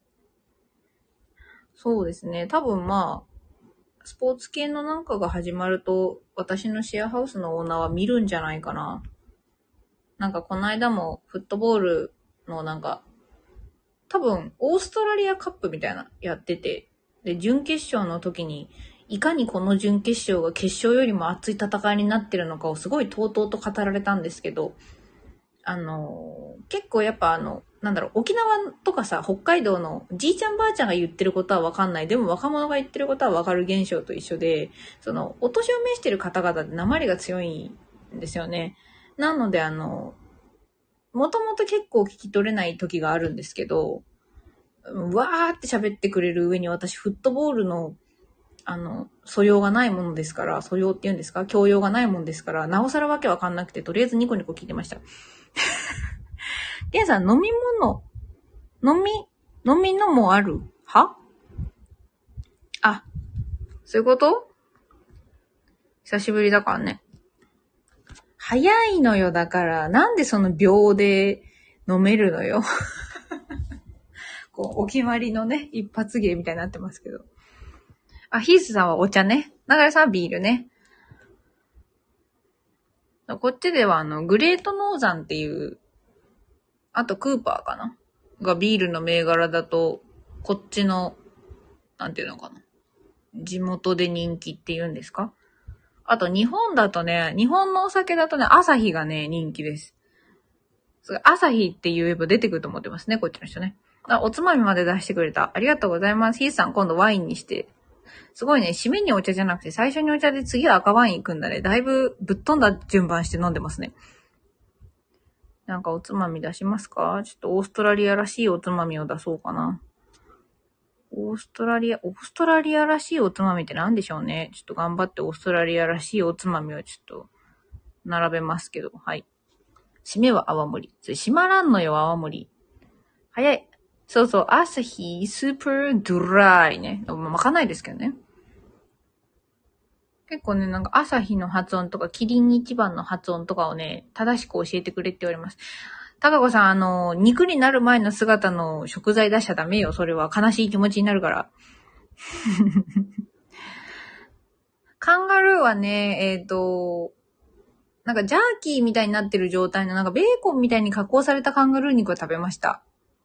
そうですね。多分まあ、スポーツ系のなんかが始まると、私のシェアハウスのオーナーは見るんじゃないかな。なんかこの間もフットボールのなんか、多分オーストラリアカップみたいなやってて、で、準決勝の時に、いかにこの準決勝が決勝よりも熱い戦いになってるのかをすごいとうとうと語られたんですけど、あの、結構やっぱあの、なんだろう、沖縄とかさ、北海道のじいちゃんばあちゃんが言ってることはわかんない。でも若者が言ってることはわかる現象と一緒で、その、お年を召してる方々って訛りが強いんですよね。なのであの、もともと結構聞き取れない時があるんですけど、わーって喋ってくれる上に私フットボールのあの、素養がないものですから、素養って言うんですか？教養がないものですから、なおさらわけわかんなくて、とりあえずニコニコ聞いてました。ゲンさん、飲み物、飲み、飲みのもあるは？あ、そういうこと？久しぶりだからね。早いのよ、だから。なんでその秒で飲めるのよ。こう、お決まりのね、一発芸みたいになってますけど。あ、ヒースさんはお茶ね。流れさんはビールね。こっちではあの、グレートノーザンっていう、あとクーパーかながビールの銘柄だと、こっちの、なんていうのかな。地元で人気っていうんですか？あと日本だとね、日本のお酒だとね、アサヒがね、人気です。アサヒって言えば出てくると思ってますね、こっちの人ね。あ、おつまみまで出してくれた。ありがとうございます。ヒースさん今度ワインにして。すごいね、締めにお茶じゃなくて最初にお茶で次は赤ワイン行くんだね。だいぶぶっ飛んだ順番して飲んでますね。なんかおつまみ出しますか？ちょっとオーストラリアらしいおつまみを出そうかな。オーストラリア、オーストラリアらしいおつまみって何でしょうね。ちょっと頑張ってオーストラリアらしいおつまみをちょっと並べますけど。はい。締めは泡盛。それ締まらんのよ、泡盛。早い。そうそう、アサヒスーパードライね。まかないですけどね。結構ね、なんかアサヒの発音とか、キリン一番の発音とかをね、正しく教えてくれって言われます。たかこさん、あの、肉になる前の姿の食材出しちゃダメよ。それは悲しい気持ちになるから。カンガルーはね、えっと、なんかジャーキーみたいになってる状態の、なんかベーコンみたいに加工されたカンガルー肉を食べました。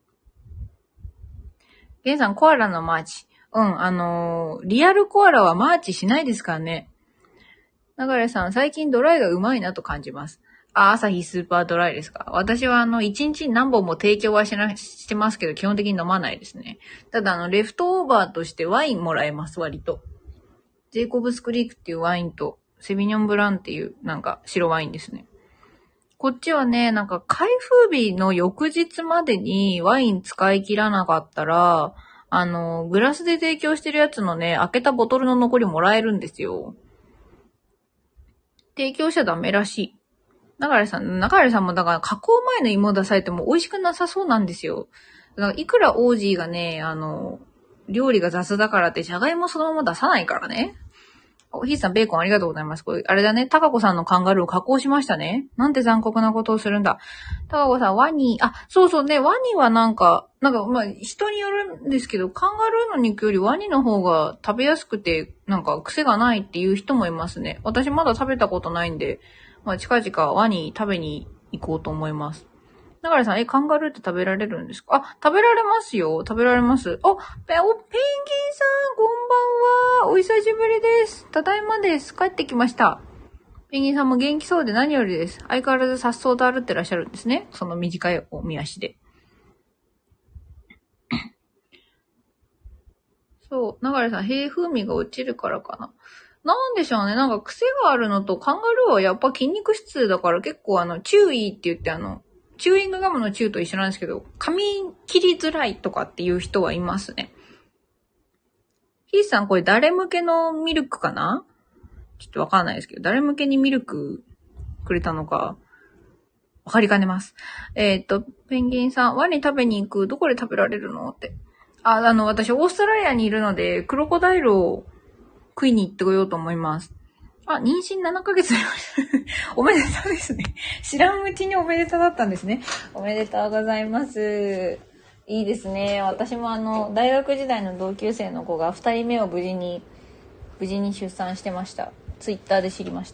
ゲンさん、コアラのマーチ。うん、あのー、リアルコアラはマーチしないですからね。流れさん、最近ドライがうまいなと感じます。あ、朝日スーパードライですか？私はあの、一日に何本も提供はしな、してますけど、基本的に飲まないですね。ただあの、レフトオーバーとしてワインもらえます、割と。ジェイコブスクリークっていうワインと、セビニョンブランっていう、なんか、白ワインですね。こっちはね、なんか、開封日の翌日までにワイン使い切らなかったら、あの、グラスで提供してるやつのね、開けたボトルの残りもらえるんですよ。提供しちゃダメらしい。中原さん、中原さんもだから加工前の芋出されても美味しくなさそうなんですよ。だからいくらオージーがね、あの、料理が雑だからってじゃがいもそのまま出さないからね。おひーさん、ベーコンありがとうございます。これ、あれだね。タカコさんのカンガルーを加工しましたね。なんて残酷なことをするんだ。タカコさん、ワニ、あ、そうそうね、ワニはなんか、なんか、まあ、人によるんですけど、カンガルーの肉よりワニの方が食べやすくて、なんか癖がないっていう人もいますね。私まだ食べたことないんで、まあ、近々ワニ食べに行こうと思います。 だからさん、え、カンガルーって食べられるんですか？あ、食べられますよ。食べられます。お、ペ、お、ペンギンさん、こんばんは。お久しぶりです。ただいまです。帰ってきました。ペンギンさんも元気そうで何よりです。相変わらず颯爽と歩ってらっしゃるんですね。その短いおみ足で。そう。流れさん、へえ、風味が落ちるからかな。なんでしょうね。なんか癖があるのと、カンガルーはやっぱ筋肉質だから結構あの、チューイーって言ってあの、チューイングガムのチューと一緒なんですけど、噛み切りづらいとかっていう人はいますね。ヒーさん、これ誰向けのミルクかな？ちょっとわかんないですけど、誰向けにミルクくれたのか、わかりかねます。えっと、ペンギンさん、ワニ食べに行く？どこで食べられるの？って。あ、あの、私、オーストラリアにいるので、クロコダイルを食いに行ってこようと思います。あ、妊娠ななかげつおめでとうですね。知らんうちにおめでとうだったんですね。おめでとうございます。いいですね。私もあの、大学時代の同級生の子がふたりめを無事に、無事に出産してました。ツイッターで知りました。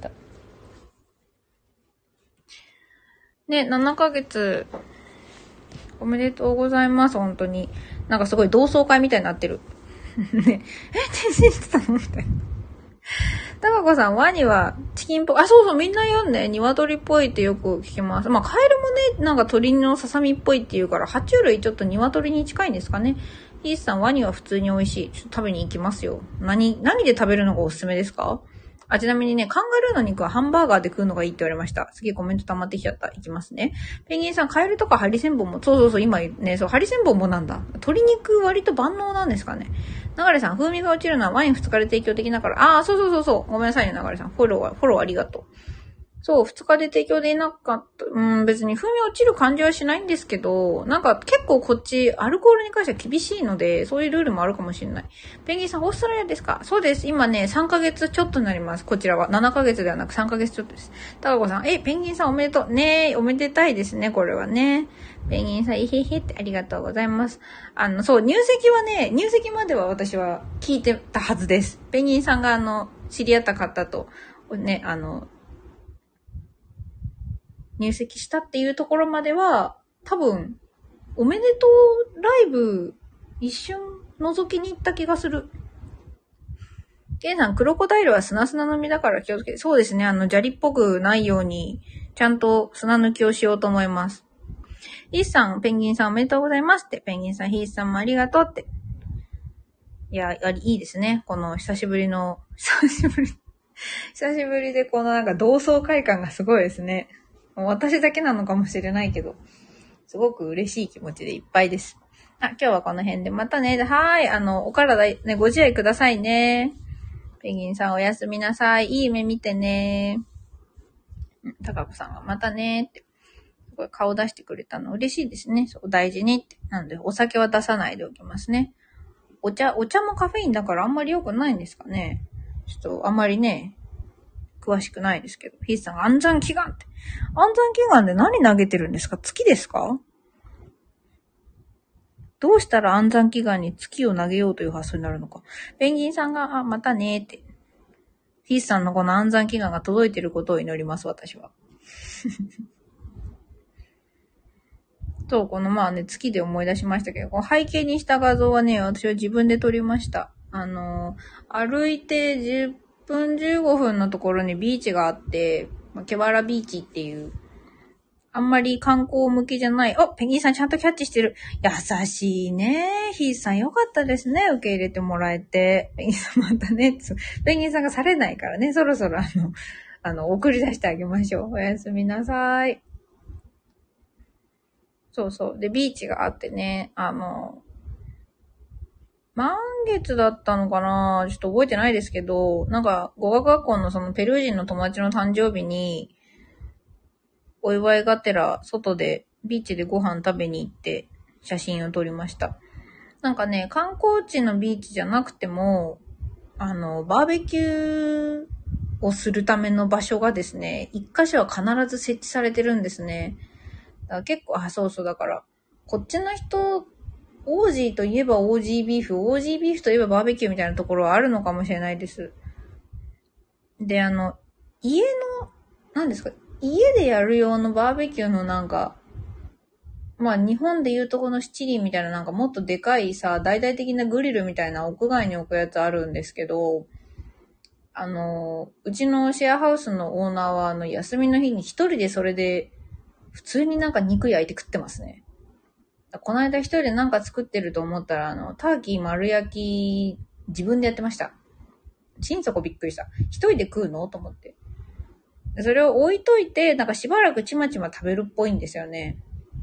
ね、ななかげつ、おめでとうございます、本当に。なんかすごい同窓会みたいになってる。ね、え、転生してたのみたいな。たかこさん、ワニはチキンっぽい。あ、そうそう、みんな言うんね。鶏っぽいってよく聞きます。まあ、カエルもね、なんか鳥のささみっぽいって言うから、爬虫類ちょっと鶏に近いんですかね。ヒースさん、ワニは普通に美味しい。ちょっと食べに行きますよ。何、何で食べるのがおすすめですか？あ、ちなみにね、カンガルーの肉はハンバーガーで食うのがいいって言われました。次コメント溜まってきちゃった。いきますね。ペンギンさん、カエルとかハリセンボンも、そうそうそう、今ね、そう、ハリセンボンもなんだ。鶏肉割と万能なんですかね。流れさん、風味が落ちるのはワインふつかで提供的だから。ああ、そうそうそうそう。ごめんなさいね、流れさん。フォロー、フォローありがとう。そう、ふつかで提供でいなかった。うん、別に風味落ちる感じはしないんですけど、なんか結構こっち、アルコールに関しては厳しいので、そういうルールもあるかもしれない。ペンギンさん、オーストラリアですか？そうです。今ね、さんかげつちょっとになります。こちらは。ななかげつではなくさんかげつちょっとです。たかこさん、え、ペンギンさんおめでとう。ねえ、おめでたいですね、これはね。ペンギンさん、いへへってありがとうございます。あの、そう、入籍はね、入籍までは私は聞いてたはずです。ペンギンさんがあの、知り合った方と、ね、あの、入籍したっていうところまでは、多分、おめでとうライブ、一瞬覗きに行った気がする。ケンさん、クロコダイルは砂砂の実だから気をつけて。そうですね、あの、砂利っぽくないように、ちゃんと砂抜きをしようと思います。ヒースさん、ペンギンさんおめでとうございますって。ペンギンさん、ヒースさんもありがとうって。いや、いいですね。この久しぶりの、久しぶり、久しぶりでこのなんか同窓会感がすごいですね。もう私だけなのかもしれないけど、すごく嬉しい気持ちでいっぱいです。あ、今日はこの辺でまたね。はーい。あの、お体ね、ご自愛くださいね。ペンギンさんおやすみなさい。いい夢見てね。たかこさんがまたねって。これ顔出してくれたの嬉しいですね。そう、大事にって。なので、お酒は出さないでおきますね。お茶、お茶もカフェインだからあんまり良くないんですかね。ちょっとあんまりね、詳しくないですけど。ヒースさんが暗算祈願って。暗算祈願で何投げてるんですか？月ですか？どうしたら暗算祈願に月を投げようという発想になるのか。ペンギンさんが、あ、またねーって。ヒースさんのこの暗算祈願が届いていることを祈ります、私は。そう、このまあね、月で思い出しましたけど、この背景にした画像はね、私は自分で撮りました。あの、歩いてじゅっぷんじゅうごふんのところにビーチがあって、ケバラビーチっていう、あんまり観光向きじゃない。お、ペンギンさんちゃんとキャッチしてる。優しいね。ヒースさんよかったですね。受け入れてもらえて。ペンギンさんまたね。ペンギンさんがされないからね。そろそろあの、あの、送り出してあげましょう。おやすみなさい。そうそう。で、ビーチがあってね、あの、満月だったのかな？ちょっと覚えてないですけど、なんか、語学学校のそのペルー人の友達の誕生日に、お祝いがてら、外で、ビーチでご飯食べに行って、写真を撮りました。なんかね、観光地のビーチじゃなくても、あの、バーベキューをするための場所がですね、一箇所は必ず設置されてるんですね。だから結構、あ、そうそう、だから、こっちの人、オージーといえばオージービーフ、オージービーフといえばバーベキューみたいなところはあるのかもしれないです。で、あの、家の、何ですか、家でやる用のバーベキューのなんか、 まあ日本でいうとこの七輪みたいななんかもっとでかいさ、大々的なグリルみたいな屋外に置くやつあるんですけど、あの、うちのシェアハウスのオーナーはあの休みの日に一人でそれで普通になんか肉焼いて食ってますね。この間一人でなんか作ってると思ったらあの、ターキー丸焼き自分でやってました。心底びっくりした。一人で食うのと思って。それを置いといて、なんかしばらくちまちま食べるっぽいんですよね。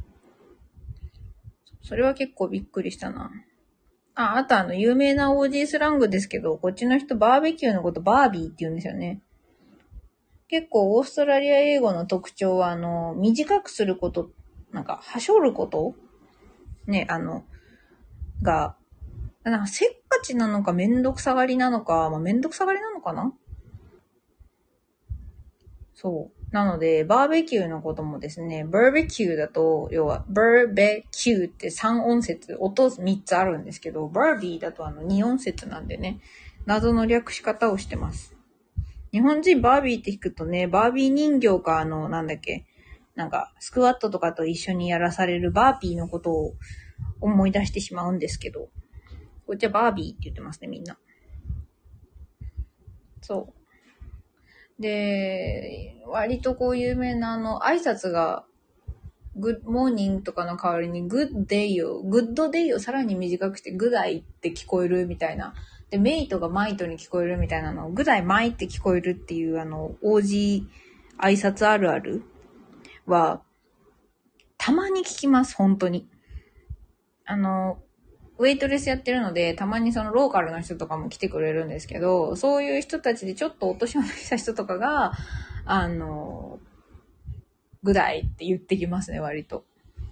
それは結構びっくりしたな。あ、あとあの、有名な オージー スラングですけど、こっちの人バーベキューのことバービーって言うんですよね。結構オーストラリア英語の特徴は、あの、短くすること、なんか、はしょることね、あの、が、なんかせっかちなのかめんどくさがりなのか、まあ、めんどくさがりなのかなそう。なので、バーベキューのこともですね、バーベキューだと、要は、バーベキューってさん音節、音みっつあるんですけど、バービーだとあのに音節なんでね、謎の略し方をしてます。日本人バービーって聞くとね、バービー人形かあの、なんだっけ、なんか、スクワットとかと一緒にやらされるバービーのことを思い出してしまうんですけど、こっちはバービーって言ってますね、みんな。そう。で、割とこう有名なあの、挨拶が、グッドモーニングとかの代わりに、グッドデイを、グッドデイをさらに短くして、グダイって聞こえるみたいな。で、メイトがマイトに聞こえるみたいなのを、グダイマイって聞こえるっていう、あの、オージー挨拶あるあるは、たまに聞きます、本当に。あの、ウェイトレスやってるので、たまにそのローカルの人とかも来てくれるんですけど、そういう人たちでちょっとお年を召した人とかが、あの、ぐらいって言ってきますね、割と。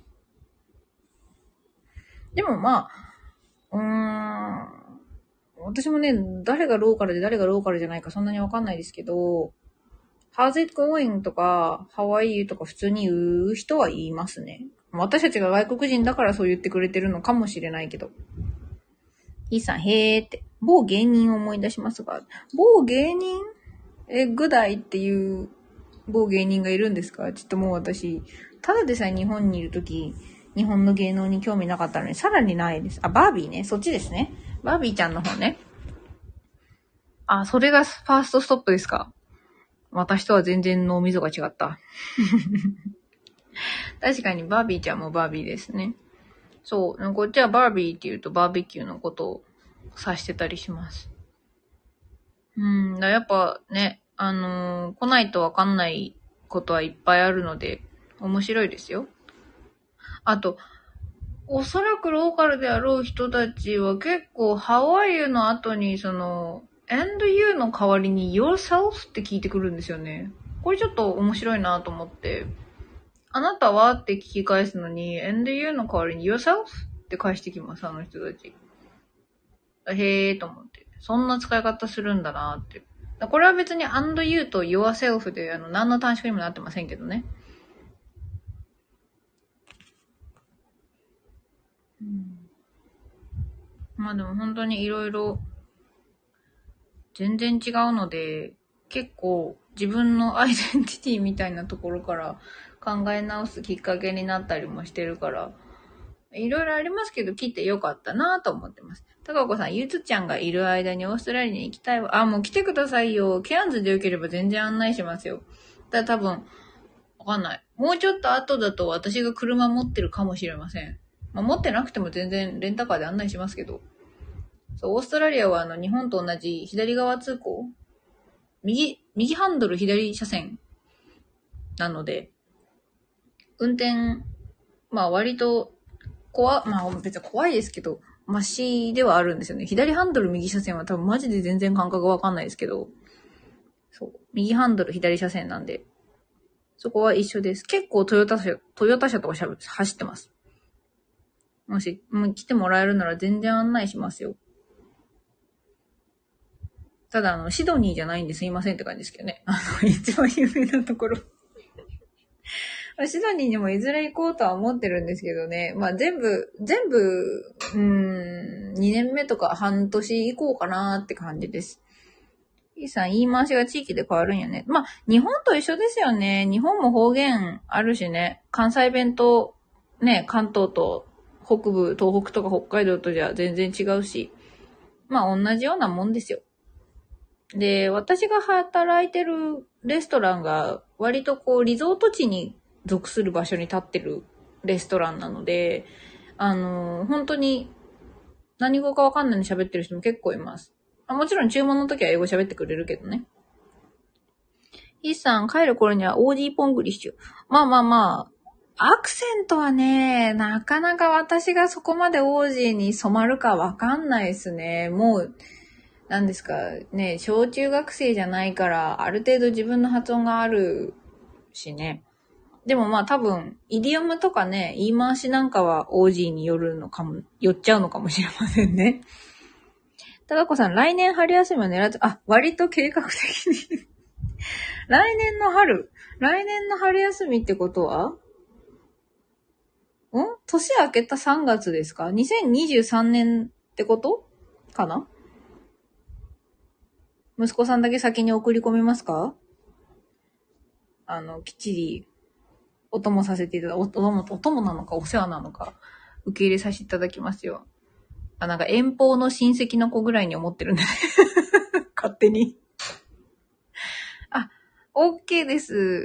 でもまあ、うーん、私もね、誰がローカルで誰がローカルじゃないかそんなにわかんないですけど、How's it going? とか、How are you? とか普通に言う人は言いますね。私たちが外国人だからそう言ってくれてるのかもしれないけど。イーさん、へーって。某芸人を思い出しますが、某芸人え、グダイっていう某芸人がいるんですか？ちょっともう私、ただでさえ日本にいるとき、日本の芸能に興味なかったのに、さらにないです。あ、バービーね。そっちですね。バービーちゃんの方ね。あ、それがファーストストップですか？私とは全然脳みそが違った。確かにバービーちゃんもバービーですね。そう。こっちはバービーって言うとバーベキューのことを指してたりします。うん。だやっぱね、あのー、来ないとわかんないことはいっぱいあるので、面白いですよ。あと、おそらくローカルであろう人たちは結構、How are you の後に、その、and you の代わりに yourself って聞いてくるんですよね。これちょっと面白いなと思って、あなたはって聞き返すのに、and you の代わりに yourself って返してきます、あの人たち。へーと思って。そんな使い方するんだなって。これは別に and you と yourself で、あの、何の短縮にもなってませんけどね。うん、まあでも本当にいろいろ全然違うので、結構自分のアイデンティティみたいなところから考え直すきっかけになったりもしてるから、いろいろありますけど来てよかったなと思ってます。たかこさん、ゆずちゃんがいる間にオーストラリアに行きたいわ。あ、もう来てくださいよ。ケアンズでよければ全然案内しますよ。ただ多分、わかんない。もうちょっと後だと私が車持ってるかもしれません。まあ、持ってなくても全然レンタカーで案内しますけど。そう、オーストラリアはあの日本と同じ左側通行右、右ハンドル左車線なので、運転、まあ割と怖、まあ別に怖いですけど、マシではあるんですよね。左ハンドル右車線は多分マジで全然感覚わかんないですけど、そう、右ハンドル左車線なんで、そこは一緒です。結構トヨタ車、トヨタ車とか走ってます。もし、もう来てもらえるなら全然案内しますよ。ただ、あの、シドニーじゃないんですいませんって感じですけどね。あの、一番有名なところ。シドニーにもいずれ行こうとは思ってるんですけどね。まあ全部、全部、うーん、にねんめとか半年行こうかなって感じです。イーさん、言い回しが地域で変わるんやね。まあ、日本と一緒ですよね。日本も方言あるしね。関西弁とね、関東と北部、東北とか北海道とじゃ全然違うし、まあ同じようなもんですよ。で、私が働いてるレストランが割とこうリゾート地に属する場所に立ってるレストランなので、あのー、本当に何語かわかんないのに喋ってる人も結構います。あ、もちろん注文の時は英語喋ってくれるけどね。ヒッさん、帰る頃にはオージーポングリッシュ。まあまあまあ、アクセントはね、なかなか私がそこまでオージーに染まるかわかんないですね。もう、なんですかね、小中学生じゃないから、ある程度自分の発音があるしね。でもまあ多分、イディオムとかね、言い回しなんかは オージー によるのかも、寄っちゃうのかもしれませんね。たかこさん、来年春休みを狙って、あ、割と計画的に。来年の春来年の春休みってことはん年明けたさんがつですか ?にせんにじゅうさん 年ってことかな。息子さんだけ先に送り込みますか？あの、きっちり、お供させていただ、お供、お供なのかお世話なのか、受け入れさせていただきますよ。あ、なんか遠方の親戚の子ぐらいに思ってるんでね。勝手に。あ、OK です。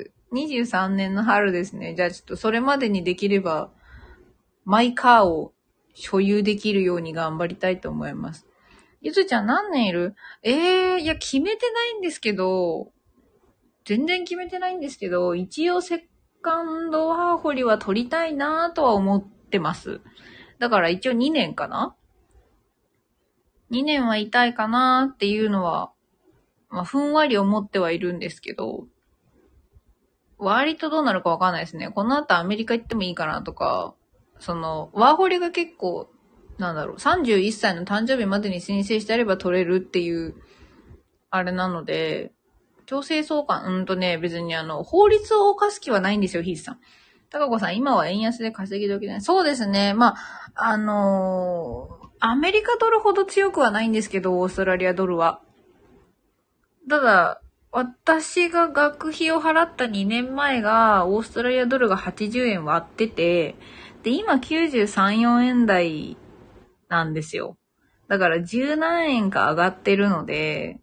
にじゅうさんねんの春ですね。じゃあちょっとそれまでにできれば、マイカーを所有できるように頑張りたいと思います。ゆずちゃん何年いる？えー、いや、決めてないんですけど、全然決めてないんですけど、一応セカンドワーホリは取りたいなとは思ってます。だから一応にねんかな ?に 年はいたいかなっていうのは、まあ、ふんわり思ってはいるんですけど、割とどうなるかわかんないですね。この後アメリカ行ってもいいかなとか、その、ワーホリが結構、なんだろう、さんじゅういっさいの誕生日までに申請してあれば取れるっていう、あれなので、強制送還、うんとね、別にあの、法律を犯す気はないんですよ、ヒースさん。たかこさん、今は円安で稼ぎ時ない。そうですね。まあ、あのー、アメリカドルほど強くはないんですけど、オーストラリアドルは。ただ、私が学費を払ったにねんまえが、オーストラリアドルがはちじゅうえん割ってて、で、今きゅうじゅうさん、よえん台なんですよ。だから十何円か上がってるので、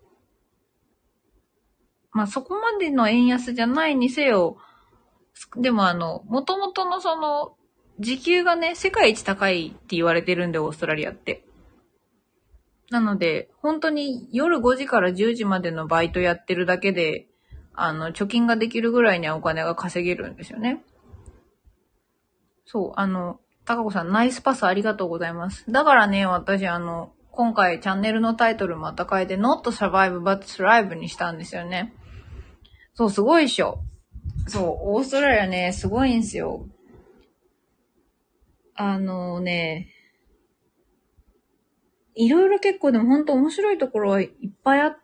まあそこまでの円安じゃないにせよ、でもあの、元々のその、時給がね、世界一高いって言われてるんで、オーストラリアって。なので、本当に夜ごじからじゅうじまでのバイトやってるだけで、あの、貯金ができるぐらいにはお金が稼げるんですよね。そう、あの、たかこさん、ナイスパスありがとうございます。だからね、私、あの、今回チャンネルのタイトルまた変えて、Not Survive But Thrive にしたんですよね。そう、すごいっしょ。そう、オーストラリアね、すごいんですよ。あのね、いろいろ結構でも本当面白いところはいっぱいあって、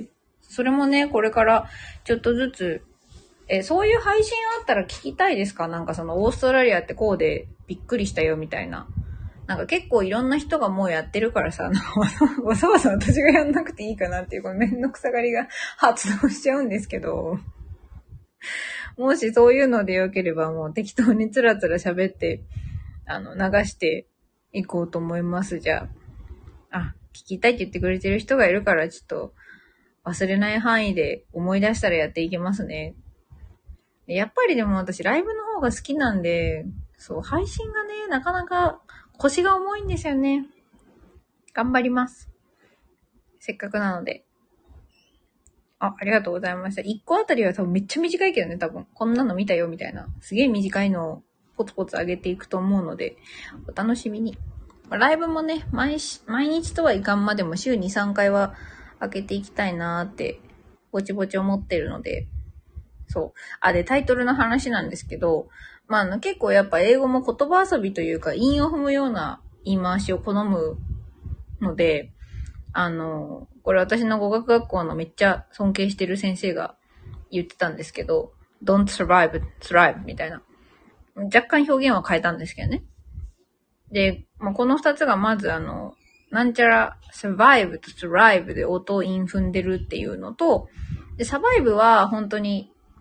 それもね、これからちょっとずつ、え、そういう配信あったら聞きたいですか？なんかそのオーストラリアってこうでびっくりしたよみたいな。なんか結構いろんな人がもうやってるからさ、わざわざ私がやんなくていいかなっていうこのめんどくさがりが発動しちゃうんですけど、もしそういうのでよければもう適当につらつら喋って、あの、流していこうと思います。じゃあ。あ、聞きたいって言ってくれてる人がいるからちょっと忘れない範囲で思い出したらやっていきますね。やっぱりでも私ライブの方が好きなんで、そう、配信がね、なかなか腰が重いんですよね。頑張ります。せっかくなので。あ、ありがとうございました。いっこあたりは多分めっちゃ短いけどね、多分。こんなの見たよ、みたいな。すげえ短いのをポツポツ上げていくと思うので、お楽しみに。ライブもね、毎し、毎日とはいかんまでも週に、さんかいは開けていきたいなーって、ぼちぼち思ってるので、そう。あ、で、タイトルの話なんですけど、まあ、あの、結構やっぱ英語も言葉遊びというか、韻を踏むような言い回しを好むので、あの、これ私の語学学校のめっちゃ尊敬してる先生が言ってたんですけど、don't survive, thrive みたいな。若干表現は変えたんですけどね。で、まあ、この二つがまずあの、なんちゃら survive と thrive で音を韻踏んでるっていうのと、で、survive は本当に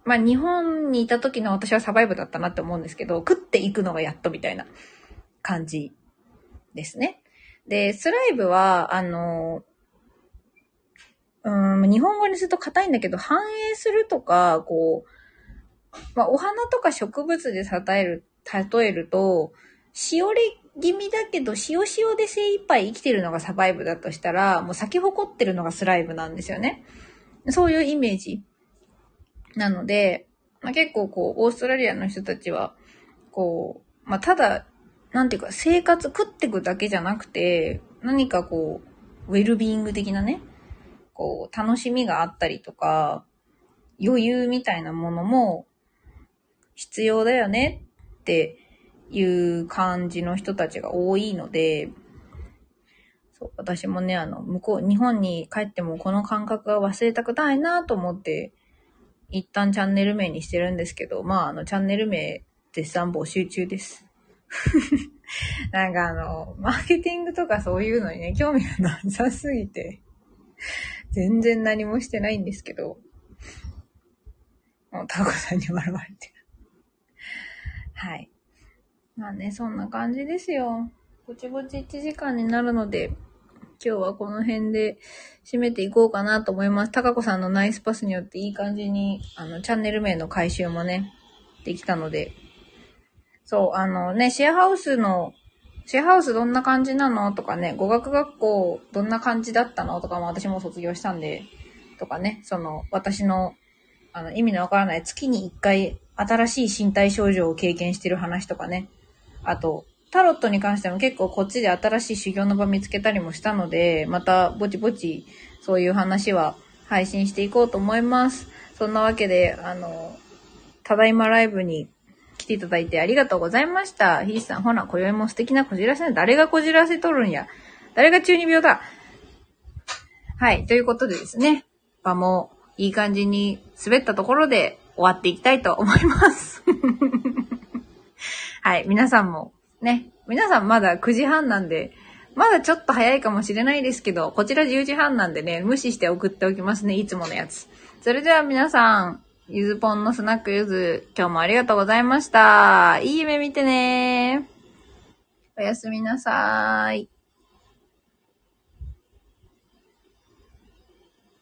まあ日本にいた時の私はサバイブだったなって思うんですけど、食っていくのがやっとみたいな感じですね。で、スライブは、あの、うーん、日本語にすると硬いんだけど、反映するとか、こう、まあお花とか植物で例える、例えると、しおれ気味だけど、塩塩で精一杯生きてるのがサバイブだとしたら、もう咲き誇ってるのがスライブなんですよね。そういうイメージ。なので、まあ、結構こう、オーストラリアの人たちは、こう、まあ、ただ、なんていうか、生活食ってくだけじゃなくて、何かこう、ウェルビーイング的なね、こう、楽しみがあったりとか、余裕みたいなものも必要だよねっていう感じの人たちが多いので、そう、私もね、あの、向こう、日本に帰ってもこの感覚が忘れたくないなと思って、一旦チャンネル名にしてるんですけど、まあ、あの、チャンネル名絶賛募集中です。なんかあの、マーケティングとかそういうのにね、興味がなさすぎて、全然何もしてないんですけど、もうタコさんに笑われてる。はい。まあね、そんな感じですよ。ぼちぼちいちじかんになるので、今日はこの辺で締めていこうかなと思います。たかこさんのナイスパスによっていい感じに、あの、チャンネル名の回収もね、できたので。そう、あのね、シェアハウスの、シェアハウスどんな感じなのとかね、語学学校どんな感じだったのとかも私も卒業したんで、とかね、その、私の、あの、意味のわからない月にいっかい新しい身体症状を経験してる話とかね。あと、タロットに関しても結構こっちで新しい修行の場見つけたりもしたので、またぼちぼちそういう話は配信していこうと思います。そんなわけで、あの、ただいまライブに来ていただいてありがとうございました。ひじさん、ほら、今宵も素敵なこじらせ、誰がこじらせとるんや。誰が中二病だ。はい、ということでですね、場もいい感じに滑ったところで終わっていきたいと思います。はい、皆さんもね、皆さんまだくじはんなんで、まだちょっと早いかもしれないですけど、こちらじゅうじはんなんでね、無視して送っておきますね、いつものやつ。それでは皆さん、ゆずぽんのスナックゆず、今日もありがとうございました。いい夢見てね。おやすみなさーい。